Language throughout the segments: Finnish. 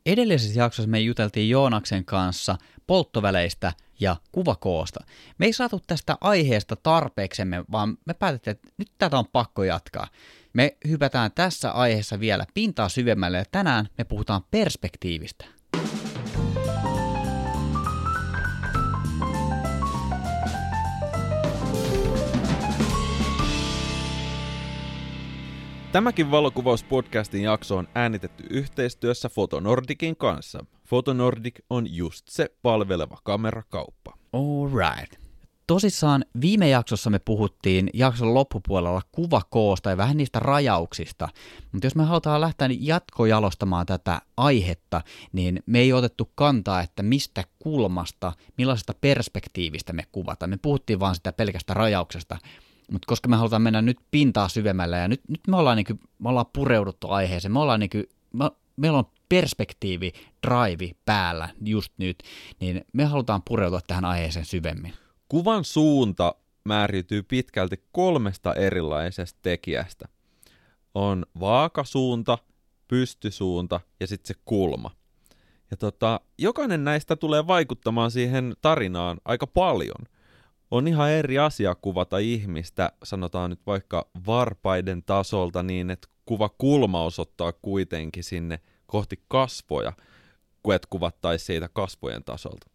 Edellisessä jaksossa me juteltiin Joonaksen kanssa polttoväleistä ja kuvakoosta. Me ei saatu tästä aiheesta tarpeeksemme, vaan me päätettiin, että nyt tätä on pakko jatkaa. Me hypätään tässä aiheessa vielä pintaa syvemmälle ja tänään me puhutaan perspektiivistä. Tämäkin valokuvauspodcastin jakso on äänitetty yhteistyössä Fotonordicin kanssa. Fotonordic on just se palveleva kamerakauppa. Alright. Tosissaan viime jaksossa me puhuttiin jakson loppupuolella kuvakoosta ja vähän niistä rajauksista, mutta jos me halutaan lähteä jatkojalostamaan tätä aihetta, niin me ei otettu kantaa, että mistä kulmasta, millaisesta perspektiivistä me kuvataan. Me puhuttiin vaan sitä pelkästä rajauksesta. Mutta koska me halutaan mennä nyt pintaa syvemmälle ja nyt me ollaan pureuduttu aiheeseen, meillä on perspektiivi, drive päällä just nyt, niin me halutaan pureutua tähän aiheeseen syvemmin. Kuvan suunta määrityy pitkälti 3 erilaisesta tekijästä. On vaakasuunta, pystysuunta ja sitten se kulma. Ja jokainen näistä tulee vaikuttamaan siihen tarinaan aika paljon. On ihan eri asia kuvata ihmistä, sanotaan nyt vaikka varpaiden tasolta niin, että kuvakulma osoittaa kuitenkin sinne kohti kasvoja, kuin että kuvattaisiin siitä kasvojen tasolta.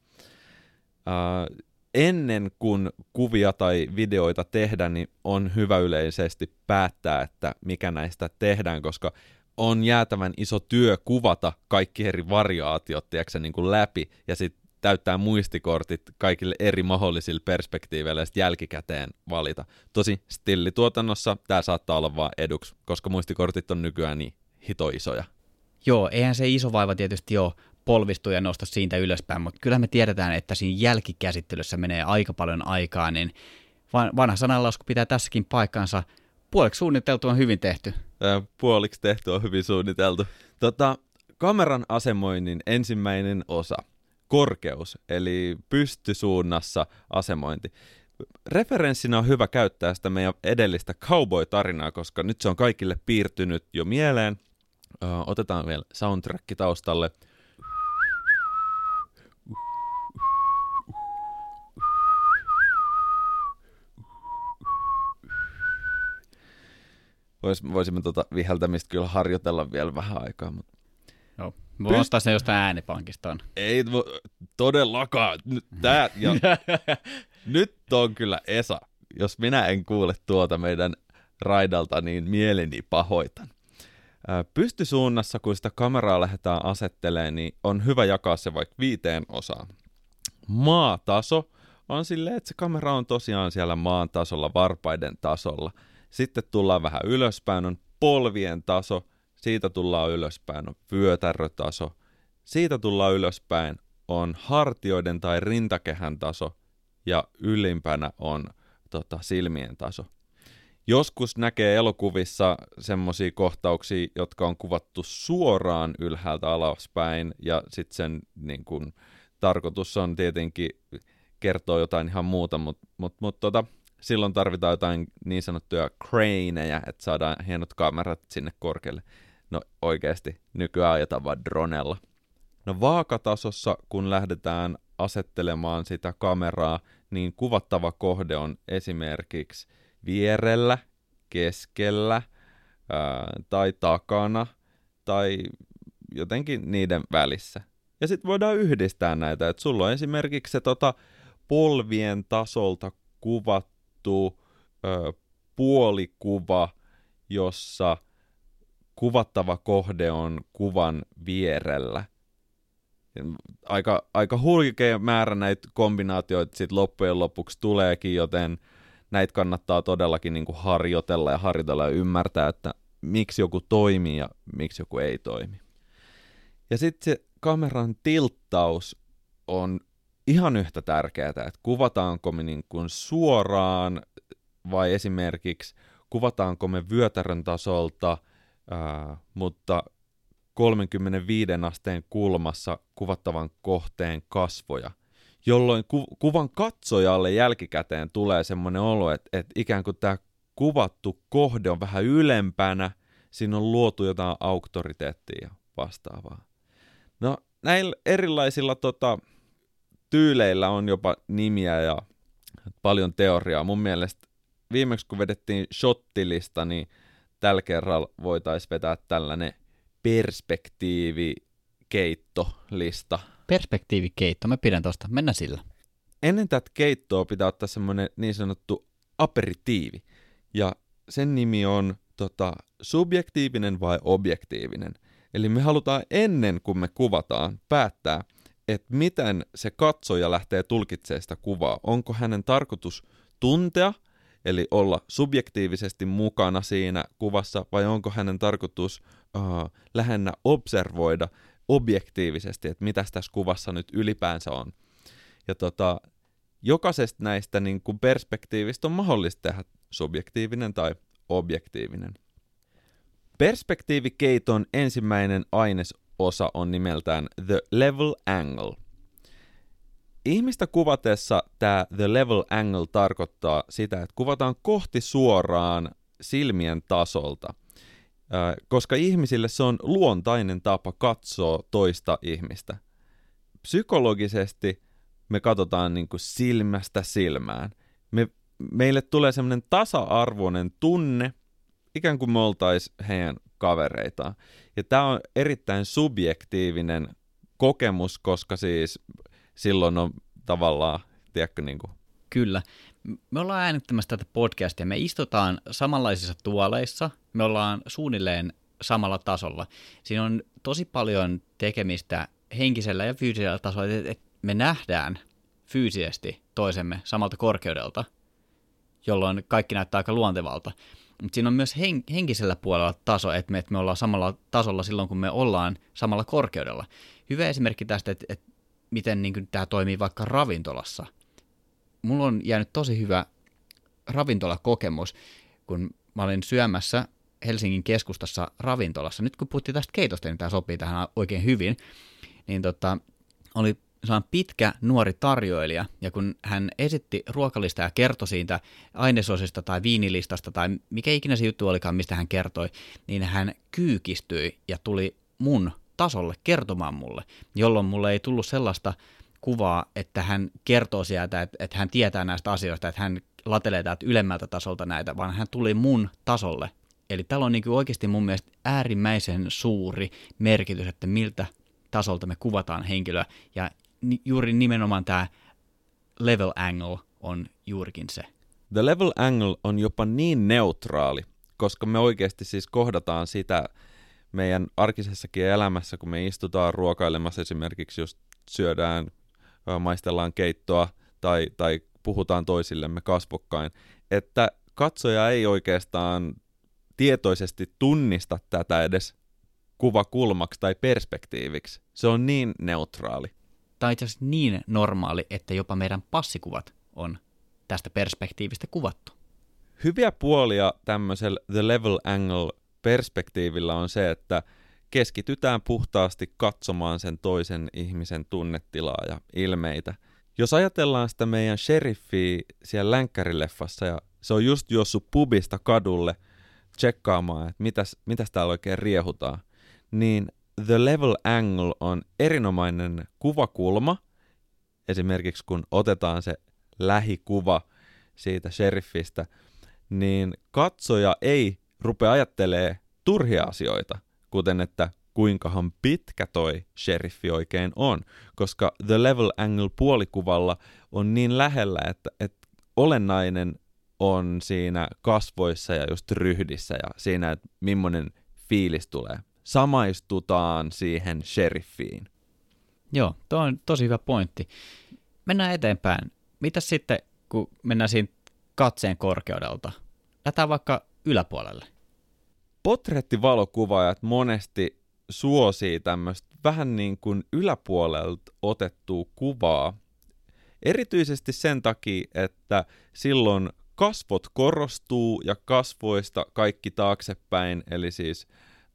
Ennen kuin kuvia tai videoita tehdään, niin on hyvä yleisesti päättää, että mikä näistä tehdään, koska on jäätävän iso työ kuvata kaikki eri variaatiot niin kuin läpi ja sitten täyttää muistikortit kaikille eri mahdollisille perspektiiveille ja sitten jälkikäteen valita. Tosi stillituotannossa tämä saattaa olla vaan eduksi, koska muistikortit on nykyään niin hito isoja. Joo, eihän se iso vaiva tietysti ole polvistua ja nosta siitä ylöspäin, mutta kyllä me tiedetään, että siinä jälkikäsittelyssä menee aika paljon aikaa, niin vanha sananlasku pitää tässäkin paikkansa. Puoliksi suunniteltu on hyvin tehty. Puoliksi tehty on hyvin suunniteltu. Kameran asemoinnin ensimmäinen osa. Korkeus, eli pystysuunnassa asemointi. Referenssinä on hyvä käyttää sitä meidän edellistä cowboy-tarinaa, koska nyt se on kaikille piirtynyt jo mieleen. Otetaan vielä soundtrack taustalle. Voisimme viheltämistä kyllä harjoitella vielä vähän aikaa, mutta joo. Mä ostaa sen jostain äänipankista. Ei todellakaan. Nyt on kyllä Esa. Jos minä en kuule tuota meidän raidalta, niin mieleni pahoitan. Pystysuunnassa, kun sitä kameraa lähdetään asettelemaan, niin on hyvä jakaa se vaikka 5 osaan. Maataso on silleen, että se kamera on tosiaan siellä maan tasolla, varpaiden tasolla. Sitten tullaan vähän ylöspäin, on polvien taso. Siitä tullaan ylöspäin, on vyötärötaso. Siitä tullaan ylöspäin, on hartioiden tai rintakehän taso. Ja ylimpänä on silmien taso. Joskus näkee elokuvissa semmoisia kohtauksia, jotka on kuvattu suoraan ylhäältä alaspäin. Ja sitten sen niin kun, tarkoitus on tietenkin kertoa jotain ihan muuta, mutta silloin tarvitaan jotain niin sanottuja craneja, että saadaan hienot kamerat sinne korkealle. No oikeasti, nykyään ajetaan vaan dronella. No vaakatasossa, kun lähdetään asettelemaan sitä kameraa, niin kuvattava kohde on esimerkiksi vierellä, keskellä tai takana tai jotenkin niiden välissä. Ja sitten voidaan yhdistää näitä, että sulla on esimerkiksi se polvien tasolta kuvattu puolikuva, jossa kuvattava kohde on kuvan vierellä. Aika hulkea määrä näitä kombinaatioita sit loppujen lopuksi tuleekin, joten näitä kannattaa todellakin niin kuin harjoitella ja ymmärtää, että miksi joku toimii ja miksi joku ei toimi. Ja sitten se kameran tilttaus on ihan yhtä tärkeää, että kuvataanko me niin kuin suoraan vai esimerkiksi kuvataanko me vyötärön tasolta, mutta 35 asteen kulmassa kuvattavan kohteen kasvoja, jolloin kuvan katsojalle jälkikäteen tulee semmoinen olo, että ikään kuin tämä kuvattu kohde on vähän ylempänä, siinä on luotu jotain auktoriteettia ja vastaavaa. No näillä erilaisilla tyyleillä on jopa nimiä ja paljon teoriaa. Mun mielestä viimeksi kun vedettiin shottilista, niin tällä kerralla voitaisiin vetää tällainen perspektiivikeittolista. Perspektiivikeitto, mä pidän tosta, mennään sillä. Ennen tätä keittoa pitää ottaa semmoinen niin sanottu aperitiivi. Ja sen nimi on subjektiivinen vai objektiivinen. Eli me halutaan ennen kuin me kuvataan päättää, että miten se katsoja lähtee tulkitsemaan sitä kuvaa. Onko hänen tarkoitus tuntea, eli olla subjektiivisesti mukana siinä kuvassa, vai onko hänen tarkoitus lähinnä observoida objektiivisesti, että mitä tässä kuvassa nyt ylipäänsä on. Ja jokaisesta näistä niin kuin perspektiivistä on mahdollista tehdä subjektiivinen tai objektiivinen. Perspektiivikeiton ensimmäinen ainesosa on nimeltään the level angle. Ihmistä kuvatessa tämä the level angle tarkoittaa sitä, että kuvataan kohti suoraan silmien tasolta, koska ihmisille se on luontainen tapa katsoa toista ihmistä. Psykologisesti me katsotaan niin kuin silmästä silmään. Meille tulee semmoinen tasa-arvoinen tunne, ikään kuin me oltaisiin heidän kavereitaan. Ja tämä on erittäin subjektiivinen kokemus, koska siis silloin on tavallaan, tiedätkö niin kuin... Kyllä. Me ollaan äänittämässä tätä podcastia. Me istutaan samanlaisissa tuoleissa. Me ollaan suunnilleen samalla tasolla. Siinä on tosi paljon tekemistä henkisellä ja fyysisellä tasolla, että me nähdään fyysisesti toisemme samalta korkeudelta, jolloin kaikki näyttää aika luontevalta. Mutta siinä on myös henkisellä puolella taso, että me ollaan samalla tasolla silloin, kun me ollaan samalla korkeudella. Hyvä esimerkki tästä, että miten niin tämä toimii vaikka ravintolassa. Mulla on jäänyt tosi hyvä ravintolakokemus, kun mä olin syömässä Helsingin keskustassa ravintolassa. Nyt kun puhuttiin tästä keitosta, niin tämä sopii tähän oikein hyvin. Niin oli sellainen pitkä nuori tarjoilija, ja kun hän esitti ruokalista ja kertoi siitä ainesosista tai viinilistasta tai mikä ikinä se juttu olikaan, mistä hän kertoi, niin hän kyykistyi ja tuli mun tasolle kertomaan mulle, jolloin mulle ei tullut sellaista kuvaa, että hän kertoo sieltä, että hän tietää näistä asioista, että hän latelee täältä ylemmältä tasolta näitä, vaan hän tuli mun tasolle. Eli tällä on niin kuin oikeasti mun mielestä äärimmäisen suuri merkitys, että miltä tasolta me kuvataan henkilöä, ja juuri nimenomaan tämä level angle on juurikin se. The level angle on jopa niin neutraali, koska me oikeasti siis kohdataan sitä meidän arkisessakin elämässä, kun me istutaan ruokailemassa esimerkiksi, just syödään, maistellaan keittoa tai puhutaan toisillemme kasvokkain, että katsoja ei oikeastaan tietoisesti tunnista tätä edes kuvakulmaksi tai perspektiiviksi. Se on niin neutraali. Tämä on itse asiassa niin normaali, että jopa meidän passikuvat on tästä perspektiivistä kuvattu. Hyviä puolia tämmöisellä the level angle perspektiivillä on se, että keskitytään puhtaasti katsomaan sen toisen ihmisen tunnetilaa ja ilmeitä. Jos ajatellaan sitä meidän sheriffiä siellä länkkärileffassa ja se on just juossut pubista kadulle tsekkaamaan, että mitäs täällä oikein riehutaan, niin the level angle on erinomainen kuvakulma, esimerkiksi kun otetaan se lähikuva siitä sheriffistä, niin katsoja ei rupea ajattelemaan turhia asioita, kuten että kuinkahan pitkä toi sheriffi oikein on, koska the level angle puolikuvalla on niin lähellä, että olennainen on siinä kasvoissa ja just ryhdissä ja siinä, että millainen fiilis tulee. Samaistutaan siihen sheriffiin. Joo, tuo on tosi hyvä pointti. Mennään eteenpäin. Mitäs sitten, kun mennään siinä katseen korkeudelta? Lähdetään vaikka yläpuolelle. Portrettivalokuvaajat monesti suosii tämmöistä vähän niin kuin yläpuolelta otettua kuvaa. Erityisesti sen takia, että silloin kasvot korostuu ja kasvoista kaikki taaksepäin, eli siis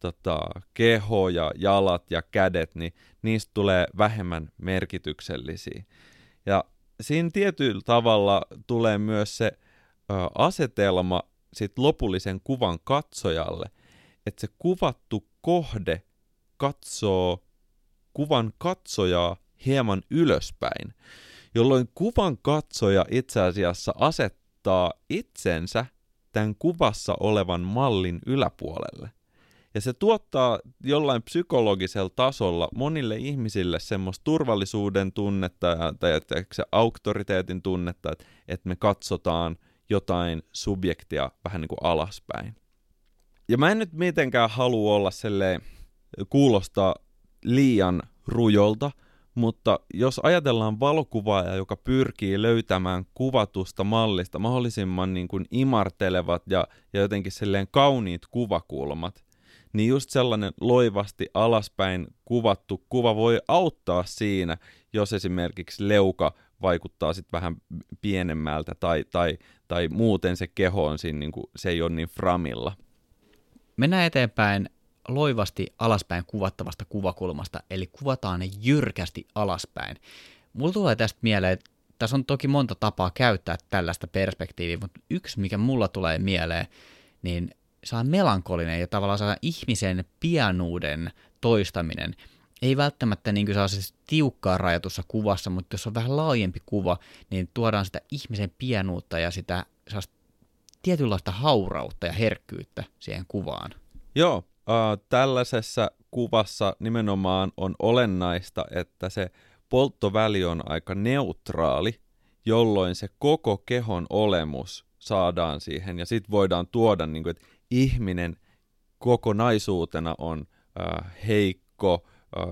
keho ja jalat ja kädet, niin niistä tulee vähemmän merkityksellisiä. Ja siinä tietyllä tavalla tulee myös se asetelma sit lopullisen kuvan katsojalle, että se kuvattu kohde katsoo kuvan katsojaa hieman ylöspäin, jolloin kuvan katsoja itse asiassa asettaa itsensä tämän kuvassa olevan mallin yläpuolelle. Ja se tuottaa jollain psykologisella tasolla monille ihmisille semmoista turvallisuuden tunnetta tai se auktoriteetin tunnetta, että me katsotaan jotain subjektia vähän niin kuin alaspäin. Ja mä en nyt mitenkään halua olla kuulostaa liian rujolta, mutta jos ajatellaan valokuvaajaa, joka pyrkii löytämään kuvatusta mallista mahdollisimman niin kuin imartelevat ja jotenkin kauniit kuvakulmat, niin just sellainen loivasti alaspäin kuvattu kuva voi auttaa siinä, jos esimerkiksi leuka vaikuttaa sitten vähän pienemmältä tai muuten se keho on siinä, niin kuin, se ei ole niin framilla. Mennään eteenpäin loivasti alaspäin kuvattavasta kuvakulmasta, eli kuvataan ne jyrkästi alaspäin. Mulla tulee tästä mieleen, että tässä on toki monta tapaa käyttää tällaista perspektiiviä, mutta yksi, mikä mulla tulee mieleen, niin se on melankolinen ja tavallaan saa ihmisen pienuuden toistaminen. Ei välttämättä niin saa siis tiukkaa rajatussa kuvassa, mutta jos on vähän laajempi kuva, niin tuodaan sitä ihmisen pienuutta ja sitä tietynlaista haurautta ja herkkyyttä siihen kuvaan. Joo, tällaisessa kuvassa nimenomaan on olennaista, että se polttoväli on aika neutraali, jolloin se koko kehon olemus saadaan siihen ja sitten voidaan tuoda, niin kuin, että ihminen kokonaisuutena on heikko,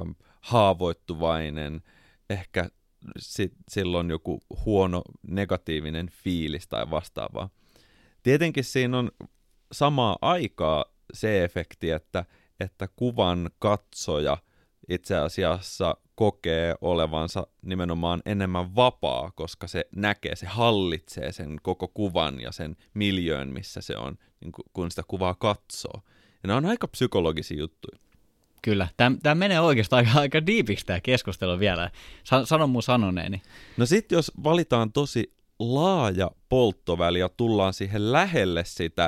haavoittuvainen, ehkä silloin joku huono negatiivinen fiilis tai vastaavaa. Tietenkin siinä on samaa aikaa se efekti, että kuvan katsoja itse asiassa kokee olevansa nimenomaan enemmän vapaa, koska se näkee, se hallitsee sen koko kuvan ja sen miljöön, missä se on, niin kun sitä kuvaa katsoo. Ja nämä on aika psykologisia juttuja. Kyllä, tämä menee oikeastaan aika diipiksi tämä keskustelu vielä. Sano mun sanoneeni. No sitten jos valitaan tosi laaja polttoväli ja tullaan siihen lähelle sitä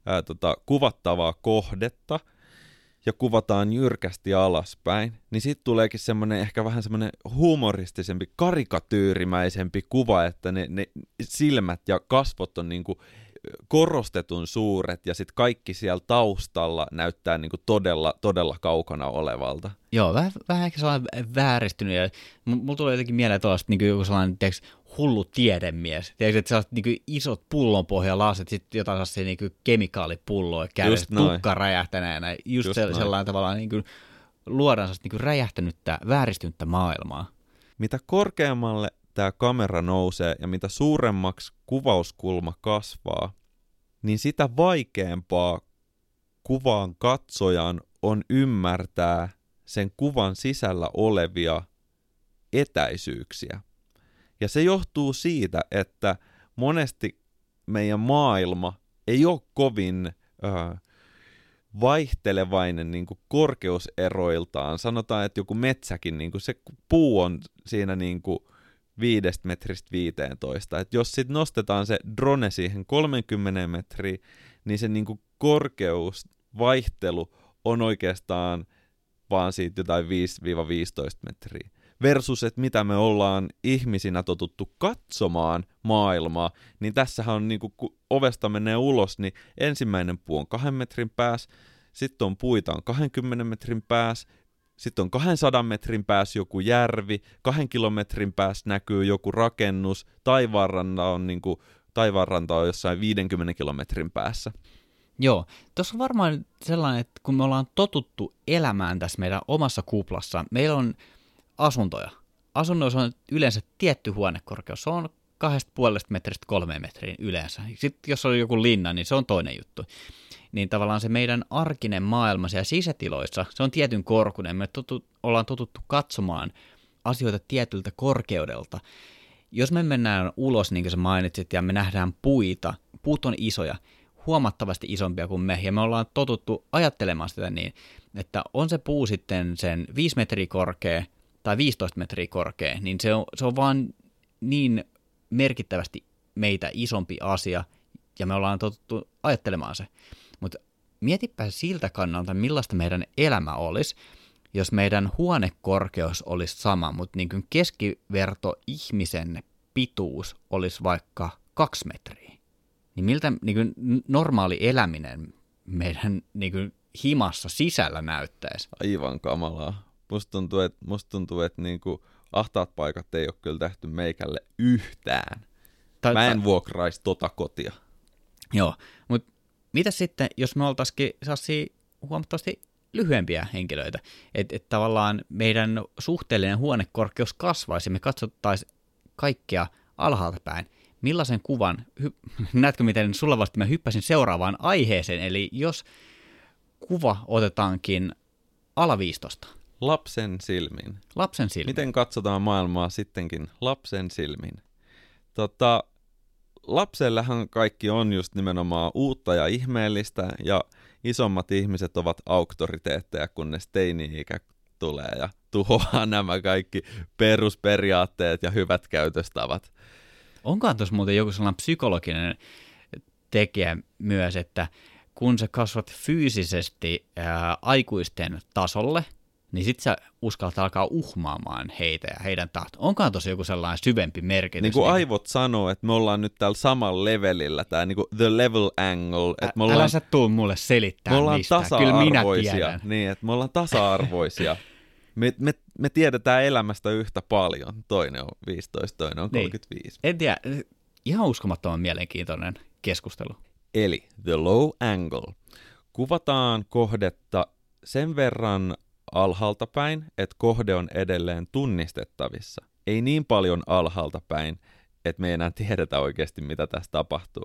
kuvattavaa kohdetta ja kuvataan jyrkästi alaspäin, niin sitten tuleekin semmoinen ehkä vähän semmoinen humoristisempi, karikatyyrimäisempi kuva, että ne silmät ja kasvot on niinku korostetun suuret ja sitten kaikki siellä taustalla näyttää niinku todella kaukana olevalta. Joo, vähän ehkä sellainen vääristynyt ja mulla tulee jotenkin mieleen tuollaista niinku joku sellainen hullu tiedemies. Tiedätkö, että sellaiset niinku isot pullonpohjalasit, sitten jotain sellaisia niinku kemikaalipulloja kädessä, tukka räjähtäneenä. Just sellainen tavallaan niinku luodaan sellaista niinku räjähtänyttä, vääristynyttä maailmaa. Mitä korkeammalle tämä kamera nousee ja mitä suuremmaksi kuvauskulma kasvaa, niin sitä vaikeampaa kuvan katsojan on ymmärtää sen kuvan sisällä olevia etäisyyksiä. Ja se johtuu siitä, että monesti meidän maailma ei ole kovin vaihtelevainen niin kuin korkeuseroiltaan. Sanotaan, että joku metsäkin, niin kuin se puu on siinä niin kuin 5 metristä 15. Et jos sitten nostetaan se drone siihen 30 metriä, niin se niin kuin korkeusvaihtelu on oikeastaan vaan siitä jotain 5-15 metriä. Versus, että mitä me ollaan ihmisinä totuttu katsomaan maailmaa, niin tässähän on niin kun ovesta menee ulos, niin ensimmäinen puu on 2 metrin päässä, sitten on puita on 20 metrin päässä, sitten on 200 metrin päässä joku järvi, 2 kilometrin päässä näkyy joku rakennus, taivaanranta on jossain 50 kilometrin päässä. Joo, tuossa on varmaan sellainen, että kun me ollaan totuttu elämään tässä meidän omassa kuplassa, meillä on asuntoja. Asunnoissa on yleensä tietty huonekorkeus, se on 2,5 metristä 3 metriin yleensä. Sitten jos on joku linna, niin se on toinen juttu. Niin tavallaan se meidän arkinen maailma siellä sisätiloissa, se on tietyn korkuinen. Me ollaan totuttu katsomaan asioita tietyltä korkeudelta. Jos me mennään ulos, niin kuin sä mainitsit, ja me nähdään puita, puut on isoja, huomattavasti isompia kuin me, ja me ollaan totuttu ajattelemaan sitä niin, että on se puu sitten sen 5 metriä korkea tai 15 metriä korkea, niin se on vaan niin merkittävästi meitä isompi asia, ja me ollaan totuttu ajattelemaan se. Mutta mietipä siltä kannalta, millaista meidän elämä olisi, jos meidän huonekorkeus olisi sama, mutta niin kuin keskiverto ihmisen pituus olisi vaikka 2 metriä, niin miltä niin kuin normaali eläminen meidän niin kuin himassa sisällä näyttäisi? Aivan kamalaa. Musta tuntuu, että niin kuin ahtaat paikat ei ole kyllä tehty meikälle yhtään. Mä en vuokraisi tota kotia. Joo, mutta mitä sitten, jos me oltaisikin huomattavasti lyhyempiä henkilöitä, että tavallaan meidän suhteellinen huonekorkeus kasvaisi, me katsottaisiin kaikkea alhaalta päin. Millaisen kuvan, näetkö miten sulla vasta mä hyppäsin seuraavaan aiheeseen, eli jos kuva otetaankin alaviistosta. Lapsen silmin. Lapsen silmin. Miten katsotaan maailmaa sittenkin lapsen silmin? Lapsellehan kaikki on just nimenomaan uutta ja ihmeellistä, ja isommat ihmiset ovat auktoriteetteja, kunnes teini-ikä tulee ja tuhoaa nämä kaikki perusperiaatteet ja hyvät käytöstavat. Onkohan tuossa muuten joku sellainen psykologinen tekijä myös, että kun sä kasvat fyysisesti aikuisten tasolle, niin sit sä uskallat alkaa uhmaamaan heitä ja heidän tahtoa. Onkohan tuossa joku sellainen syvempi merkitys? Niin kuin aivot sanoo, että me ollaan nyt täällä samalla levelillä, tämä niin kuin the level angle. Että älä sä tuu mulle selittää me ollaan mistään, tasa-arvoisia, kyllä minä tiedän. niin, että me ollaan tasa-arvoisia. me tiedetään elämästä yhtä paljon. Toinen on 15, toinen on 35. En tiedä, ihan uskomattoman mielenkiintoinen keskustelu. Eli the low angle. Kuvataan kohdetta sen verran alhaalta päin, että kohde on edelleen tunnistettavissa. Ei niin paljon alhaalta päin, että me ei enää tiedetä oikeasti, mitä tässä tapahtuu.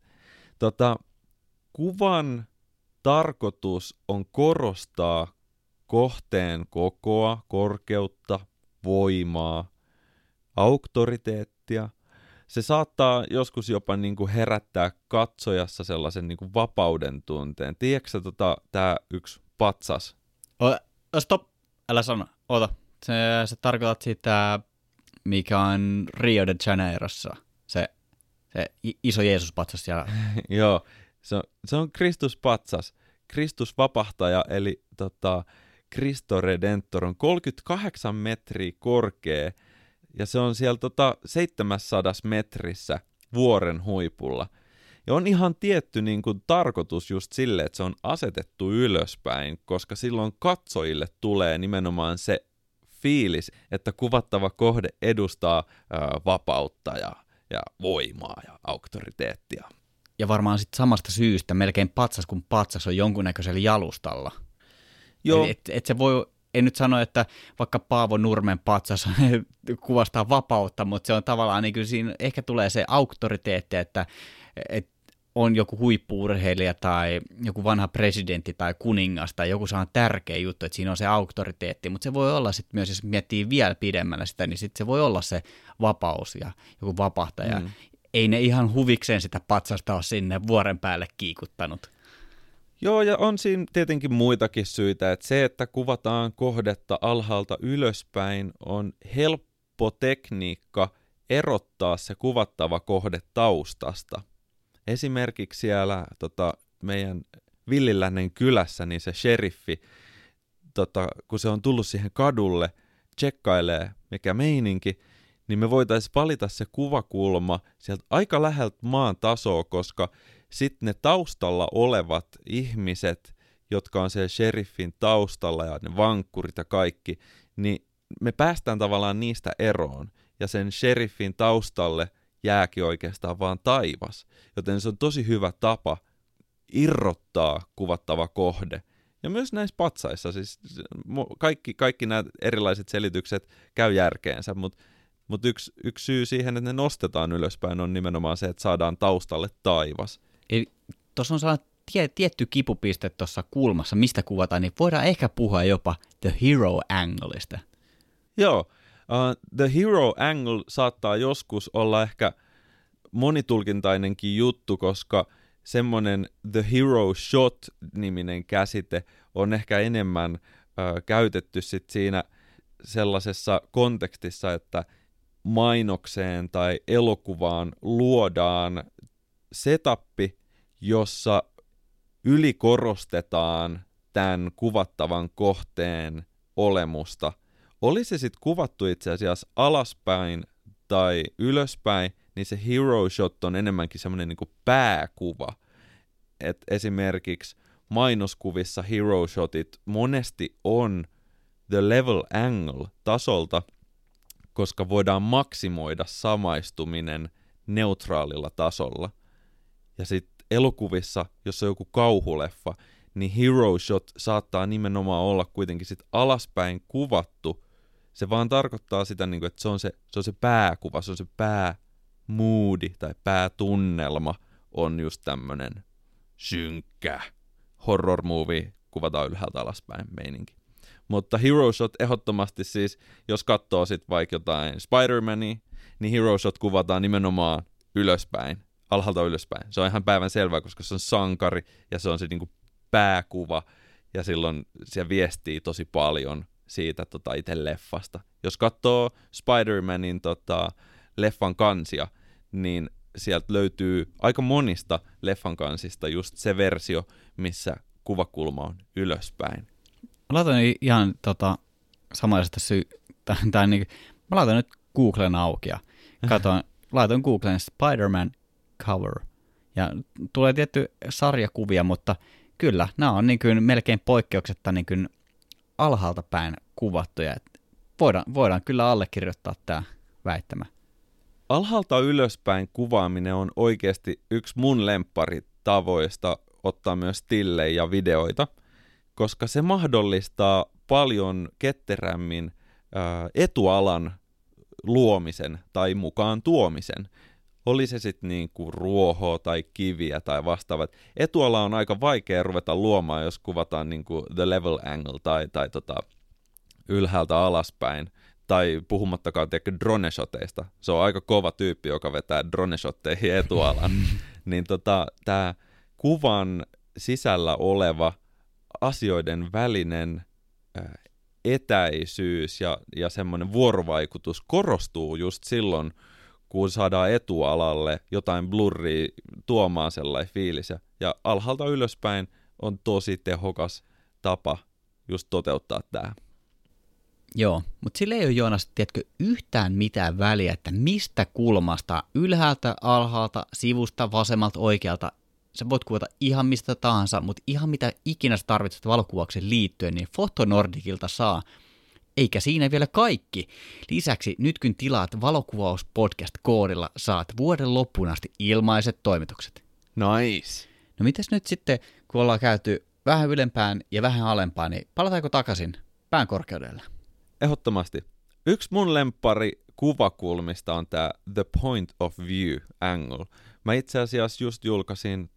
Kuvan tarkoitus on korostaa kohteen kokoa, korkeutta, voimaa, auktoriteettia. Se saattaa joskus jopa niin kuin herättää katsojassa sellaisen niin kuin vapauden tunteen. Tiedätkö tämä yksi patsas? Stop, älä sano, oota. Se tarkoitat sitä, mikä on Rio de Janeirossa, se iso Jeesus-patsas siellä. Joo, se on Kristus-patsas, Kristus-vapahtaja, eli Cristo Redentor on 38 metriä korkea, ja se on siellä 700 metrissä vuoren huipulla. Ja on ihan tietty niin kuin tarkoitus just sille, että se on asetettu ylöspäin, koska silloin katsojille tulee nimenomaan se fiilis, että kuvattava kohde edustaa vapautta ja voimaa ja auktoriteettia. Ja varmaan sitten samasta syystä melkein patsas kuin patsas on jonkunnäköisellä jalustalla. Joo. Et se voi, en nyt sano, että vaikka Paavo Nurmen patsas kuvastaa vapautta, mutta se on tavallaan niin kuin siinä ehkä tulee se auktoriteetti, että on joku huippu-urheilija tai joku vanha presidentti tai kuningas tai joku sellainen tärkeä juttu, että siinä on se auktoriteetti, mutta se voi olla sitten myös, jos miettii vielä pidemmällä sitä, niin sitten se voi olla se vapaus ja joku vapahtaja. Ei ne ihan huvikseen sitä patsasta ole sinne vuoren päälle kiikuttanut. Joo, ja on siinä tietenkin muitakin syitä, että se, että kuvataan kohdetta alhaalta ylöspäin, on helppo tekniikka erottaa se kuvattava kohde taustasta. Esimerkiksi siellä meidän Villilännen kylässä, niin se sheriffi, kun se on tullut siihen kadulle, tsekkailee mikä meininki, niin me voitaisiin valita se kuvakulma sieltä aika läheltä maan tasoa, koska sitten ne taustalla olevat ihmiset, jotka on siellä sheriffin taustalla ja ne vankkurit ja kaikki, niin me päästään tavallaan niistä eroon. Ja sen sheriffin taustalle jääkin oikeastaan vaan taivas. Joten se on tosi hyvä tapa irrottaa kuvattava kohde. Ja myös näissä patsaissa, siis kaikki nämä erilaiset selitykset käy järkeensä, mutta yksi syy siihen, että ne nostetaan ylöspäin, on nimenomaan se, että saadaan taustalle taivas. Eli tuossa on sellainen tietty kipupiste tuossa kulmassa, mistä kuvataan, niin voidaan ehkä puhua jopa the hero angleista. Joo, the hero angle saattaa joskus olla ehkä monitulkintainenkin juttu, koska semmoinen the hero shot-niminen käsite on ehkä enemmän käytetty sit siinä sellaisessa kontekstissa, että mainokseen tai elokuvaan luodaan setappi, jossa ylikorostetaan tämän kuvattavan kohteen olemusta. Oli se sitten kuvattu itse asiassa alaspäin tai ylöspäin, niin se hero shot on enemmänkin semmoinen niin kuin pääkuva. Et esimerkiksi mainoskuvissa hero shotit monesti on the level angle tasolta, koska voidaan maksimoida samaistuminen neutraalilla tasolla. Ja sitten elokuvissa, jos on joku kauhuleffa, niin hero shot saattaa nimenomaan olla kuitenkin sit alaspäin kuvattu. Se vaan tarkoittaa sitä, että se on se pääkuva, se on se päämoodi tai päätunnelma on just tämmönen synkkä horror movie, kuvataan ylhäältä alaspäin meininki. Mutta hero shot ehdottomasti siis, jos katsoo sit vaikka jotain Spider-Mania, niin hero shot kuvataan nimenomaan ylöspäin, alhaalta ylöspäin. Se on ihan päivän selvää, koska se on sankari ja se on se niinku pääkuva ja silloin se viestii tosi paljon siitä itse leffasta. Jos katsoo Spider-Manin leffan kansia, niin sieltä löytyy aika monista leffan kansista just se versio, missä kuvakulma on ylöspäin. Mä laitan ihan samaisesta mä laitan nyt Googlen auki ja laitan Googlen Spider-Man cover. Ja tulee tietty sarjakuvia, mutta kyllä, nämä on niin kuin melkein poikkeuksetta niin kuin alhaalta päin kuvattuja. Voidaan kyllä allekirjoittaa tämä väittämä. Alhaalta ylöspäin kuvaaminen on oikeasti yksi mun lempparitavoista ottaa myös stillejä ja videoita, koska se mahdollistaa paljon ketterämmin etualan luomisen tai mukaan tuomisen. Oli se sitten niinku ruohoa tai kiviä tai vastaavat. Etuala on aika vaikea ruveta luomaan, jos kuvataan niinku the level angle tai ylhäältä alaspäin. Tai puhumattakaan drone-shoteista. Se on aika kova tyyppi, joka vetää drone-shotteihin etualan. Niin tämä kuvan sisällä oleva asioiden välinen etäisyys ja semmoinen vuorovaikutus korostuu just silloin, kun saadaan etualalle jotain blurria tuomaan sellainen fiilis. Ja alhaalta ylöspäin on tosi tehokas tapa just toteuttaa tämä. Joo, mutta sillä ei ole, Joonas, tiedätkö, yhtään mitään väliä, että mistä kulmasta, ylhäältä, alhaalta, sivusta, vasemmalta, oikealta, sä voit kuvata ihan mistä tahansa, mutta ihan mitä ikinä sä tarvitset valokuvauksen liittyen, niin Fotonordicilta saa. Eikä siinä vielä kaikki. Lisäksi nyt kun tilaat valokuvauspodcast-koodilla, saat vuoden loppuun asti ilmaiset toimitukset. Nice. No mitäs nyt sitten, kun ollaan käyty vähän ylempään ja vähän alempaan, niin palataanko takaisin pään korkeudelle? Ehdottomasti. Yksi mun lemppari kuvakulmista on tämä The Point of View Angle. Mä itse asiassa just julkaisin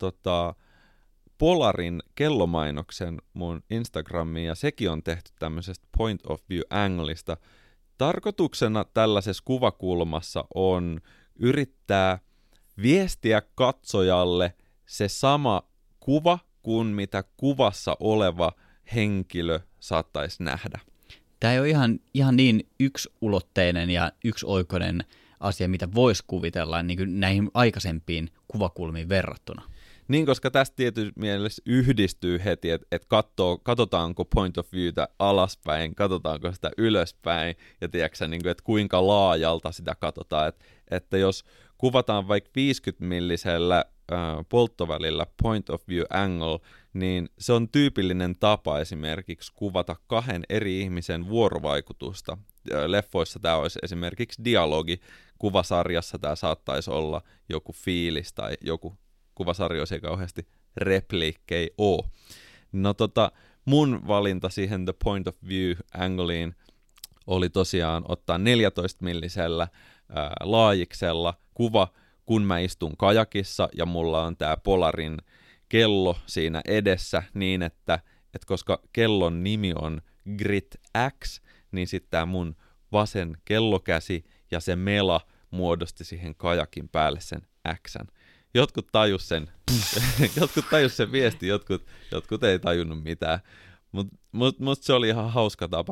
Polarin kellomainoksen mun Instagramiin, ja sekin on tehty tämmöisestä Point of View Angleista. Tarkoituksena tällaisessa kuvakulmassa on yrittää viestiä katsojalle se sama kuva kuin mitä kuvassa oleva henkilö saattaisi nähdä. Tämä ei ole ihan niin yksulotteinen ja yksioikoinen asia, mitä voisi kuvitella niin kuin näihin aikaisempiin kuvakulmiin verrattuna. Niin, koska tästä tietysti mielessä yhdistyy heti, että katsotaanko point of viewtä alaspäin, katsotaanko sitä ylöspäin, ja tiedätkö, niin kuin, että kuinka laajalta sitä katsotaan. Että jos kuvataan vaikka 50-millisellä polttovälillä point of view angle, niin se on tyypillinen tapa esimerkiksi kuvata kahden eri ihmisen vuorovaikutusta. Leffoissa tämä olisi esimerkiksi dialogi, kuvasarjassa tämä saattaisi olla joku fiilis tai joku kuvasarjoissa ei kauheasti repliikkei ole. No mun valinta siihen the point of view angleen oli tosiaan ottaa 14-millisellä laajiksella kuva, kun mä istun kajakissa ja mulla on tää Polarin kello siinä edessä niin, että koska kellon nimi on Grit X, niin sitten tää mun vasen kellokäsi ja se mela muodosti siihen kajakin päälle sen X:n. Jotkut tajus sen, viesti, jotkut ei tajunnut mitään, mutta se oli ihan hauska tapa.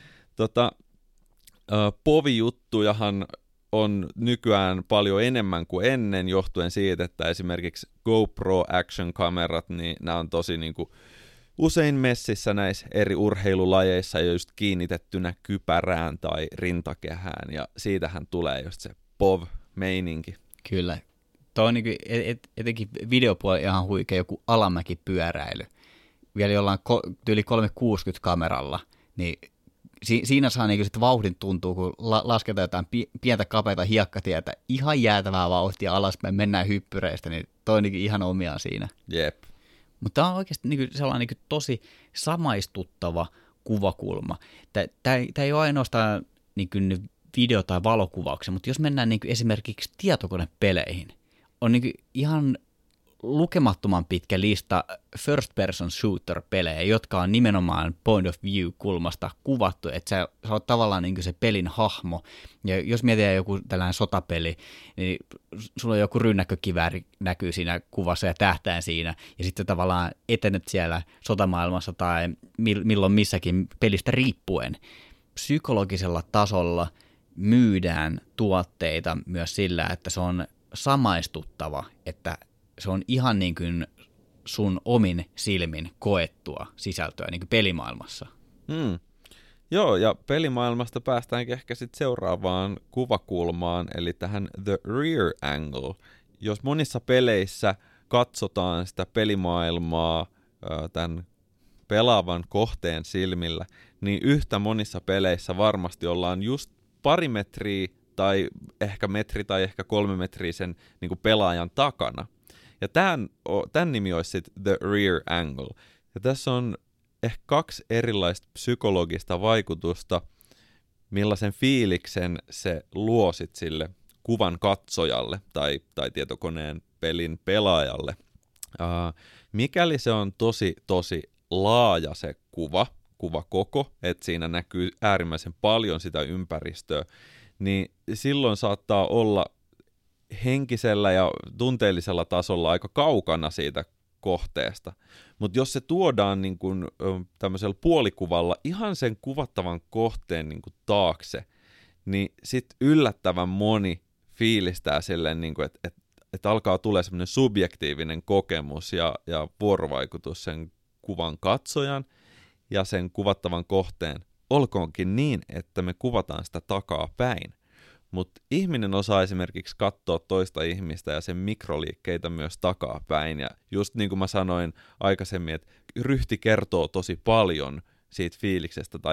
Povijuttujahan on nykyään paljon enemmän kuin ennen, johtuen siitä, että esimerkiksi GoPro Action-kamerat, niin nämä on tosi niinku usein messissä näissä eri urheilulajeissa just kiinnitettynä kypärään tai rintakehään, ja siitähän tulee just se POV-meininki. Kyllä. Tuo on niin etenkin videopuolella ihan huikea joku alamäkipyöräily. Vielä jollain yli 360 kameralla, niin siinä saa niin sit vauhdin tuntuu, kun lasketaan jotain pientä kapeita hiekkatietä, ihan jäätävää vauhtia alaspäin, mennään hyppyreistä, niin toi on niin ihan omiaan siinä. Jep. Mutta tämä on oikeasti niin sellainen niin tosi samaistuttava kuvakulma. Tämä ei ole ainoastaan niin video- tai valokuvauksia, mutta jos mennään niin esimerkiksi tietokonepeleihin, on niin ihan lukemattoman pitkä lista first person shooter-pelejä, jotka on nimenomaan point of view-kulmasta kuvattu, että sä oot tavallaan niin se pelin hahmo. Ja jos mietitään joku tällainen sotapeli, niin sulla on joku rynnäkkökivääri näkyy siinä kuvassa ja tähtäin siinä, ja sitten tavallaan etenet siellä sotamaailmassa tai milloin missäkin pelistä riippuen. Psykologisella tasolla myydään tuotteita myös sillä, että se on samaistuttava, että se on ihan niin kuin sun omin silmin koettua sisältöä niin kuin pelimaailmassa. Joo, ja pelimaailmasta päästäänkin ehkä sitten seuraavaan kuvakulmaan, eli tähän the rear angle. Jos monissa peleissä katsotaan sitä pelimaailmaa tämän pelaavan kohteen silmillä, niin yhtä monissa peleissä varmasti ollaan just pari metriä tai ehkä metri tai ehkä 3 metriä sen niin kuin pelaajan takana. Ja tämän nimi olisi sitten the rear angle. Ja tässä on ehkä 2 erilaista psykologista vaikutusta, millaisen fiiliksen se luo sit sille kuvan katsojalle tai tietokoneen pelin pelaajalle. Mikäli se on tosi laaja se kuvakoko, että siinä näkyy äärimmäisen paljon sitä ympäristöä, niin silloin saattaa olla henkisellä ja tunteellisella tasolla aika kaukana siitä kohteesta. Mutta jos se tuodaan niin kun, tämmöisellä puolikuvalla ihan sen kuvattavan kohteen niin kun taakse, niin sitten yllättävän moni fiilistää silleen, niin että alkaa tulee semmoinen subjektiivinen kokemus ja vuorovaikutus sen kuvan katsojan ja sen kuvattavan kohteen. Olkoonkin niin, että me kuvataan sitä takaa päin. Mutta ihminen osaa esimerkiksi katsoa toista ihmistä ja sen mikroliikkeitä myös takapäin. Ja just niin kuin mä sanoin aikaisemmin, että ryhti kertoo tosi paljon siitä fiiliksestä tai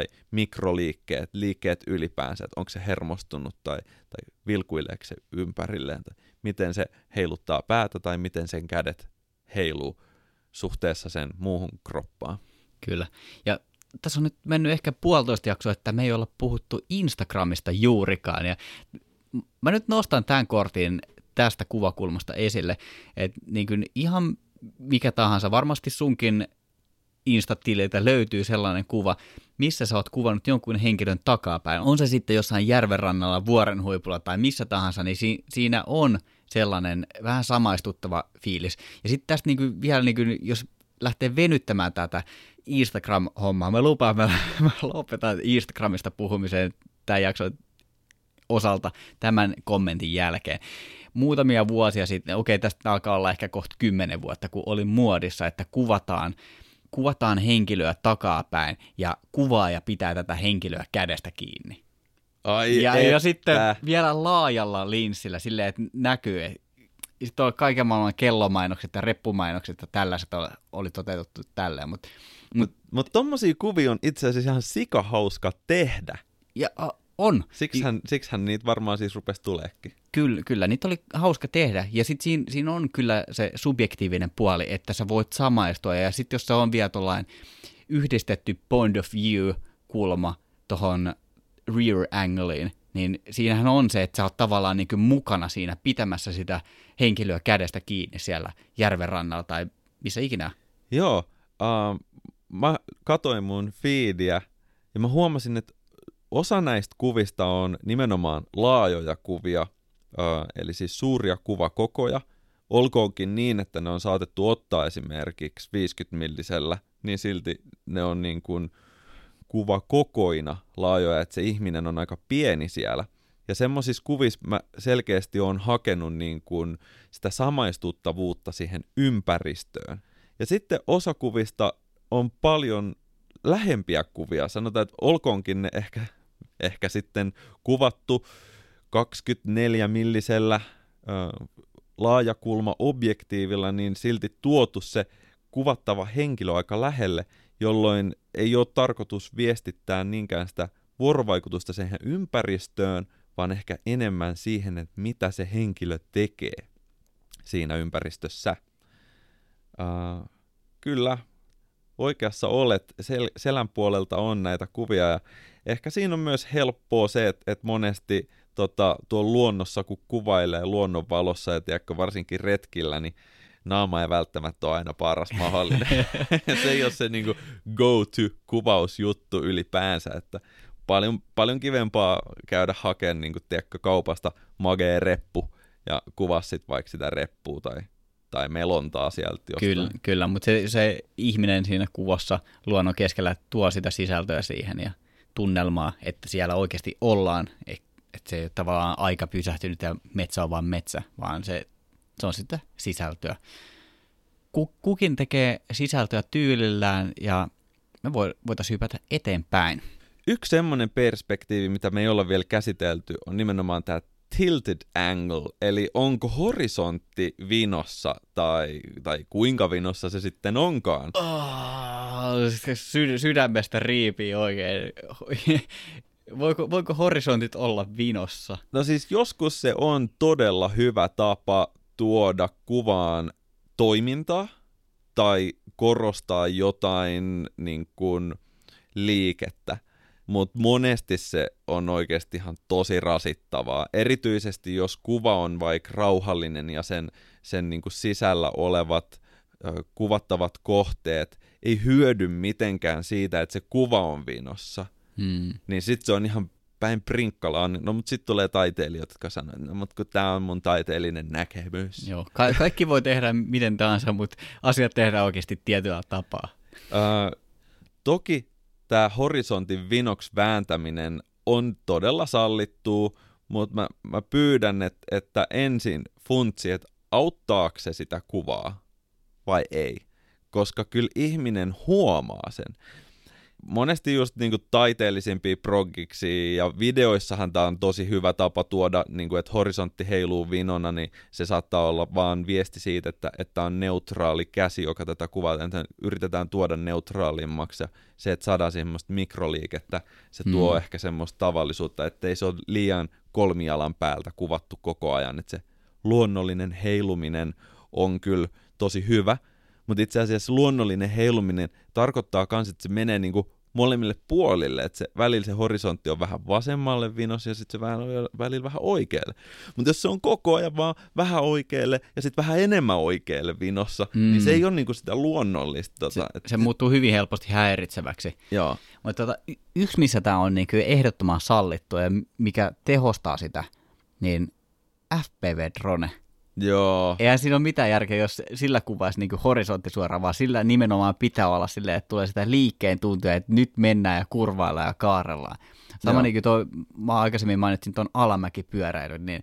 liikkeet ylipäänsä, että onko se hermostunut tai vilkuileeko se ympärilleen, tai miten se heiluttaa päätä tai miten sen kädet heiluu suhteessa sen muuhun kroppaan. Kyllä, ja tässä on nyt mennyt ehkä 1,5 jaksoa, että me ei olla puhuttu Instagramista juurikaan, ja mä nyt nostan tämän kortin tästä kuvakulmasta esille, että niin kuin ihan mikä tahansa, varmasti sunkin Insta-tililtä löytyy sellainen kuva, missä sä oot kuvannut jonkun henkilön takapäin. On se sitten jossain järvenrannalla, vuoren huipulla tai missä tahansa, niin siinä on sellainen vähän samaistuttava fiilis. Ja sitten tästä niin kuin, vielä, niin kuin, jos lähtee venyttämään tätä Instagram-hommaa, mä lupaan, mä lopetan Instagramista puhumiseen tämän jakson osalta tämän kommentin jälkeen. Muutamia vuosia sitten, tästä alkaa olla ehkä kohta 10 vuotta, kun oli muodissa, että kuvataan henkilöä takapäin ja kuvaaja pitää tätä henkilöä kädestä kiinni. Ja sitten vielä laajalla linssillä silleen, että näkyy. Sitten on kaiken maailman kellomainokset ja reppumainokset ja tällaiset oli toteutettu tälleen. Mutta tommosia kuvia on itse asiassa ihan sikahauska tehdä. Ja on. Siksihän niitä varmaan siis rupesi tuleekin. Kyllä, niitä oli hauska tehdä. Ja sitten siinä on kyllä se subjektiivinen puoli, että sä voit samaistua. Ja sitten jos se on vielä tuollainen yhdistetty point of view-kulma tuohon rear angleen, niin siinähän on se, että sä oot tavallaan niin kuin mukana siinä pitämässä sitä henkilöä kädestä kiinni siellä järven rannalla tai missä ikinä. Joo, mä katoin mun feediä ja mä huomasin, että osa näistä kuvista on nimenomaan laajoja kuvia, eli siis suuria kuvakokoja. Olkoonkin niin, että ne on saatettu ottaa esimerkiksi 50-millisellä, niin silti ne on niin kuin kuvakokoina laajoja, että se ihminen on aika pieni siellä. Ja semmoisissa kuvissa mä selkeästi oon hakenut niin kuin sitä samaistuttavuutta siihen ympäristöön. Ja sitten osa kuvista on paljon lähempiä kuvia. Sanotaan, että olkoonkin ne ehkä sitten kuvattu 24 millisellä laajakulma-objektiivilla, niin silti tuotu se kuvattava henkilö aika lähelle, jolloin ei ole tarkoitus viestittää niinkään sitä vuorovaikutusta siihen ympäristöön, vaan ehkä enemmän siihen, että mitä se henkilö tekee siinä ympäristössä. Kyllä, oikeassa olet. Selän puolelta on näitä kuvia, ja ehkä siinä on myös helppoa se, että monesti tuolla luonnossa, kun kuvailee luonnonvalossa, ja tiedätkö, varsinkin retkillä, niin naama ei välttämättä ole aina paras mahdollinen. Se ei ole se niin kuin go-to-kuvausjuttu ylipäänsä, että paljon kivempaa käydä hakemaan niin kuin, tiedätkö, kaupasta magee reppu ja kuvaa sitten vaikka sitä reppua tai melontaa sieltä jostain. Kyllä, mutta se ihminen siinä kuvassa luonnon keskellä tuo sitä sisältöä siihen ja tunnelmaa, että siellä oikeasti ollaan, että se ei ole tavallaan aika pysähtynyt ja metsä on vaan metsä, vaan se on sitä sisältöä. Kukin tekee sisältöä tyylillään ja me voitaisiin hypätä eteenpäin. Yksi semmoinen perspektiivi, mitä me ei olla vielä käsitelty, on nimenomaan tämä tilted angle, eli onko horisontti vinossa tai kuinka vinossa se sitten onkaan. Sydämestä riipii oikein. Voiko horisontit olla vinossa? No siis joskus se on todella hyvä tapa tuoda kuvaan toimintaa tai korostaa jotain niin kuin liikettä. Mutta monesti se on oikeasti ihan tosi rasittavaa. Erityisesti jos kuva on vaikka rauhallinen ja sen niin kuin sisällä olevat kuvattavat kohteet ei hyödy mitenkään siitä, että se kuva on vinossa. Niin sitten se on ihan päin prinkkalaa. No mutta sitten tulee taiteilijat, jotka sanoo, no mutta kun tämä on mun taiteellinen näkemys. Joo, kaikki voi tehdä miten tahansa, mutta asiat tehdään oikeasti tietyllä tapaa. Toki tämä horisontin vinoksi vääntäminen on todella sallittua, mutta mä pyydän, että ensin funtsi, että auttaako se sitä kuvaa vai ei. Koska kyllä ihminen huomaa sen. Monesti just niinku taiteellisimpia proggiksi ja videoissahan tämä on tosi hyvä tapa tuoda, niinku, että horisontti heiluu vinona, niin se saattaa olla vaan viesti siitä, että on neutraali käsi, joka tätä kuvaa, että yritetään tuoda neutraalimmaksi ja se, että saadaan semmoista mikroliikettä, se tuo ehkä semmoista tavallisuutta, ettei se ole liian kolmijalan päältä kuvattu koko ajan, että se luonnollinen heiluminen on kyllä tosi hyvä. Mutta itse asiassa luonnollinen heiluminen tarkoittaa myös, että se menee niinku molemmille puolille, että välillä se horisontti on vähän vasemmalle vinossa ja sitten se välillä vähän oikealle. Mutta jos se on koko ajan vaan vähän oikealle ja sitten vähän enemmän oikealle vinossa, niin se ei ole niinku sitä luonnollista. Se muuttuu hyvin helposti häiritseväksi. Joo. Mutta yksi, missä tämä on niinku ehdottoman sallittu ja mikä tehostaa sitä, niin FPV-drone. Joo. Eihän siinä ole mitään järkeä, jos sillä kuvaisi niin horisontti suoraan, vaan sillä nimenomaan pitää olla silleen, että tulee sitä liikkeen tuntua, että nyt mennään ja kurvaillaan ja kaarellaan. Sama niin kuin mä aikaisemmin mainitsin tuon alamäkipyöräilyn, niin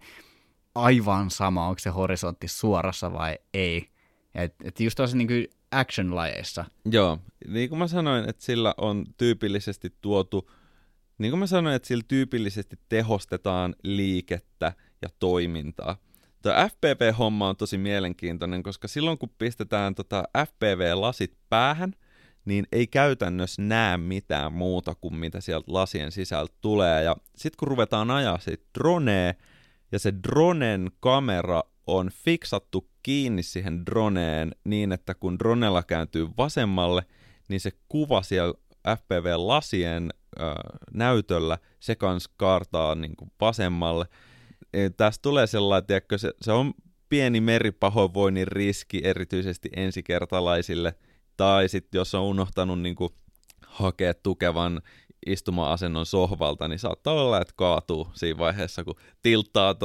aivan sama, onko se horisontti suorassa vai ei. Et just tuossa niin kuin action-lajeissa. Joo, niin kuin mä sanoin, että sillä on tyypillisesti tuotu, niin kuin mä sanoin, että sillä tyypillisesti tehostetaan liikettä ja toimintaa. Tuo FPV-homma on tosi mielenkiintoinen, koska silloin kun pistetään FPV-lasit päähän, niin ei käytännössä näe mitään muuta kuin mitä sieltä lasien sisältä tulee. Ja sitten kun ruvetaan ajaa siitä dronea, ja se dronen kamera on fiksattu kiinni siihen droneen niin, että kun dronella kääntyy vasemmalle, niin se kuva siellä FPV-lasien näytöllä, se kans kaartaa niin kuin vasemmalle. Tässä tulee sellainen, tiedätkö, se on pieni meripahoinvoinnin riski erityisesti ensikertalaisille, tai sitten jos on unohtanut niin kuin hakea tukevan istuma-asennon sohvalta, niin saattaa olla, että kaatuu siinä vaiheessa, kun tilttaa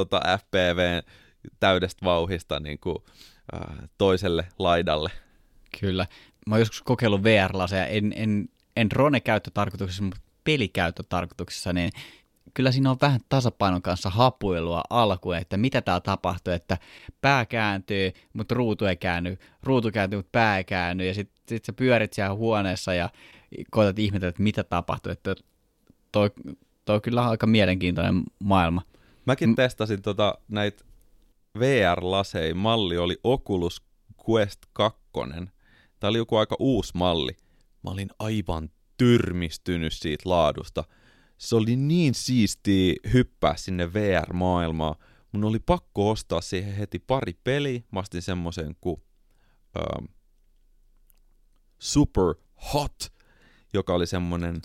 FPV täydestä vauhista niin kuin, toiselle laidalle. Kyllä. Mä oon joskus kokeillut VR-laseja, en drone-käyttötarkoituksessa, mutta pelikäyttötarkoituksessa, niin kyllä siinä on vähän tasapainon kanssa hapuilua alkuun, että mitä täällä tapahtuu, että pää kääntyy, mutta ruutu ei käänny, ruutu kääntyy, mutta pää ei käänny, ja sit sä pyörit siellä huoneessa ja koetat ihmetellä, että mitä tapahtuu, että toi on kyllä aika mielenkiintoinen maailma. Mäkin testasin näitä VR-laseja. Malli oli Oculus Quest 2. Tämä oli joku aika uusi malli. Mä olin aivan tyrmistynyt siitä laadusta. Se oli niin siistiä hyppää sinne VR-maailmaan. Mun oli pakko ostaa siihen heti pari peliä. Mä ostin semmoisen kuin Super Hot, joka oli semmonen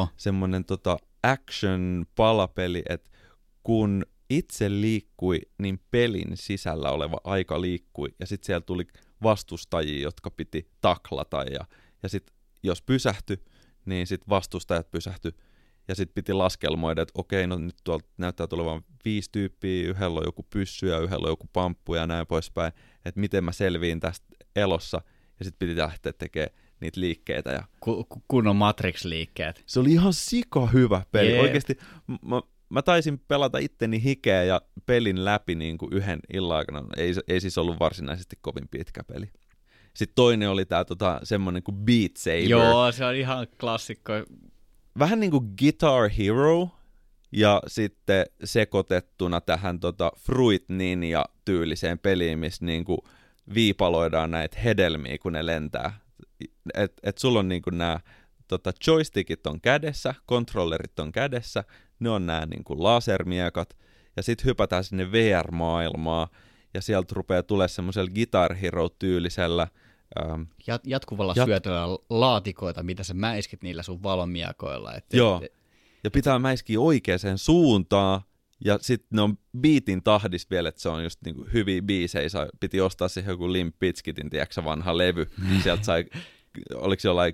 action-palapeli, että kun itse liikkui, niin pelin sisällä oleva aika liikkui, ja sitten siellä tuli vastustajia, jotka piti taklata, ja sitten jos pysähtyi, niin sitten vastustajat pysähtyi, ja sitten piti laskelmoida, että okei, no nyt tuolta näyttää tulevan 5 tyyppiä, yhdellä on joku pyssy ja yhdellä on joku pamppu ja näin poispäin, että miten mä selviin tästä elossa, ja sitten piti lähteä tekemään niitä liikkeitä. Ja kunnon Matrix-liikkeet. Se oli ihan sika hyvä peli. Yeah. Oikeasti mä taisin pelata itteni hikeä ja pelin läpi niin kuin yhden illan aikana. Ei siis ollut varsinaisesti kovin pitkä peli. Sitten toinen oli tää semmonen kuin Beat Saber. Joo, se on ihan klassikko. Vähän niin kuin Guitar Hero ja sitten sekoitettuna tähän Fruit Ninja-tyyliseen peliin, missä niin kuin viipaloidaan näitä hedelmiä, kun ne lentää. Et sulla on niinku nämä joystickit on kädessä, kontrollerit on kädessä, ne on nämä niinku lasermiekat, ja sitten hypätään sinne VR-maailmaan, ja sieltä rupeaa tulemaan semmoisella Guitar Hero-tyylisellä jatkuvalla syötöllä laatikoita, mitä sä mäiskit niillä sun valomiekoilla. Joo, ja pitää mäiskiä oikeaan suuntaan, ja sitten ne on beatin tahdissa vielä, että se on just niinku hyviä biisejä. Piti ostaa siihen joku Limp Bizkitin, tiedätkö, vanha levy. Sieltä sai, oliko jollain $10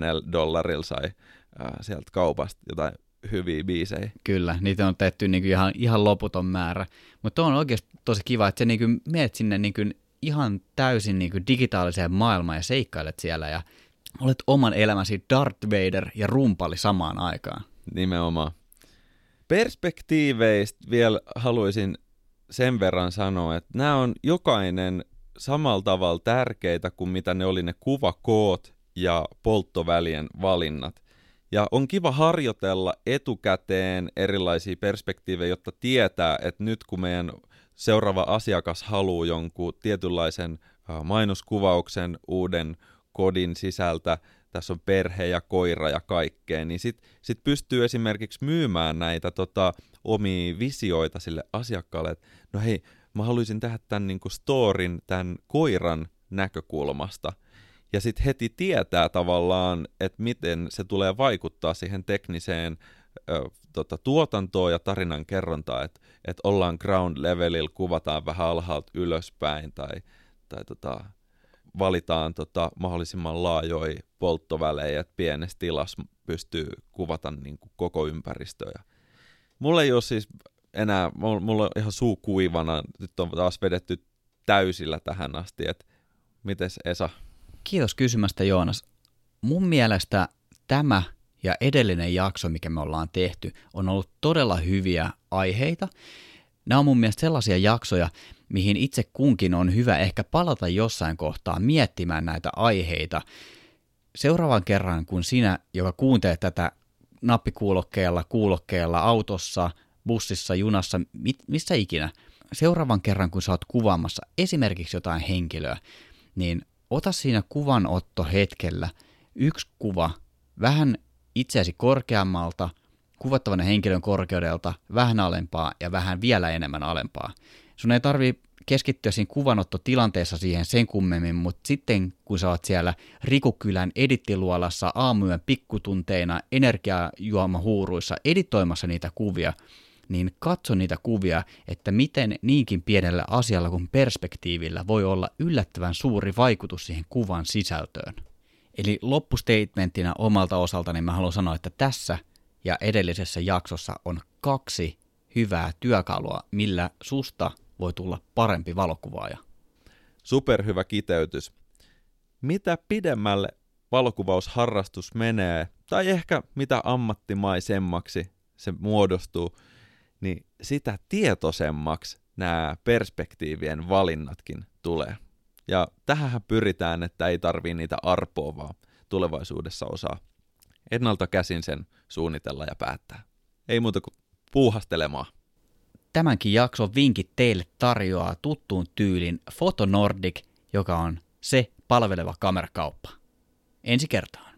sai sieltä kaupasta jotain hyviä biisejä. Kyllä, niitä on tehty niinku ihan loputon määrä. Mutta on oikeasti tosi kiva, että sä niinku menet sinne niinku ihan täysin niinku digitaaliseen maailmaan ja seikkailet siellä ja olet oman elämäsi Darth Vader ja rumpali samaan aikaan. Nimenomaan. Perspektiiveistä vielä haluaisin sen verran sanoa, että nämä on jokainen samalla tavalla tärkeitä kuin mitä ne oli ne kuvakoot ja polttovälien valinnat. Ja on kiva harjoitella etukäteen erilaisia perspektiivejä, jotta tietää, että nyt kun meidän seuraava asiakas haluaa jonkun tietynlaisen mainoskuvauksen uuden kodin sisältä, tässä on perhe ja koira ja kaikkea, niin sit pystyy esimerkiksi myymään näitä omia visioita sille asiakkaalle, että no hei, mä haluaisin tehdä tämän niinku storin tämän koiran näkökulmasta. Ja sitten heti tietää tavallaan, että miten se tulee vaikuttaa siihen tekniseen tuotantoon ja tarinan kerrontaan, että ollaan ground levelillä, kuvataan vähän alhaalta ylöspäin tai valitaan mahdollisimman laajoja polttovälejä, että pienessä tilassa pystyy kuvata niin kuin koko ympäristöä. Mulla ei ole siis enää, mulla on ihan suu kuivana, nyt on taas vedetty täysillä tähän asti, että mites Esa? Kiitos kysymästä, Joonas. Mun mielestä tämä ja edellinen jakso, mikä me ollaan tehty, on ollut todella hyviä aiheita. Nämä on mun mielestä sellaisia jaksoja, mihin itse kunkin on hyvä ehkä palata jossain kohtaa miettimään näitä aiheita. Seuraavan kerran, kun sinä, joka kuuntelet tätä kuulokkeella, autossa, bussissa, junassa, missä ikinä, seuraavan kerran, kun sä oot kuvaamassa esimerkiksi jotain henkilöä, niin ota siinä kuvanotto hetkellä yksi kuva vähän itseäsi korkeammalta, kuvattavan henkilön korkeudelta, vähän alempaa ja vähän vielä enemmän alempaa. Sun ei tarvitse keskittyä siinä kuvanottotilanteessa siihen sen kummemmin, mutta sitten kun sä oot siellä Rikukylän edittiluolassa aamuyön pikkutunteina energiajuomahuuruissa editoimassa niitä kuvia, niin katso niitä kuvia, että miten niinkin pienellä asialla kuin perspektiivillä voi olla yllättävän suuri vaikutus siihen kuvan sisältöön. Eli loppustatementtina omalta osaltani mä haluan sanoa, että tässä ja edellisessä jaksossa on 2 hyvää työkalua, millä susta voi tulla parempi valokuvaaja. Superhyvä kiteytys. Mitä pidemmälle valokuvausharrastus menee, tai ehkä mitä ammattimaisemmaksi, se muodostuu, niin sitä tietoisemmaksi nämä perspektiivien valinnatkin tulee. Ja tähän pyritään, että ei tarvii niitä arpoa, vaan tulevaisuudessa osaa ennalta käsin sen suunnitella ja päättää. Ei muuta kuin puuhastelemaan. Tämänkin jakson vinkit teille tarjoaa tuttuun tyylin Photo Nordic, joka on se palveleva kamerakauppa. Ensi kertaan.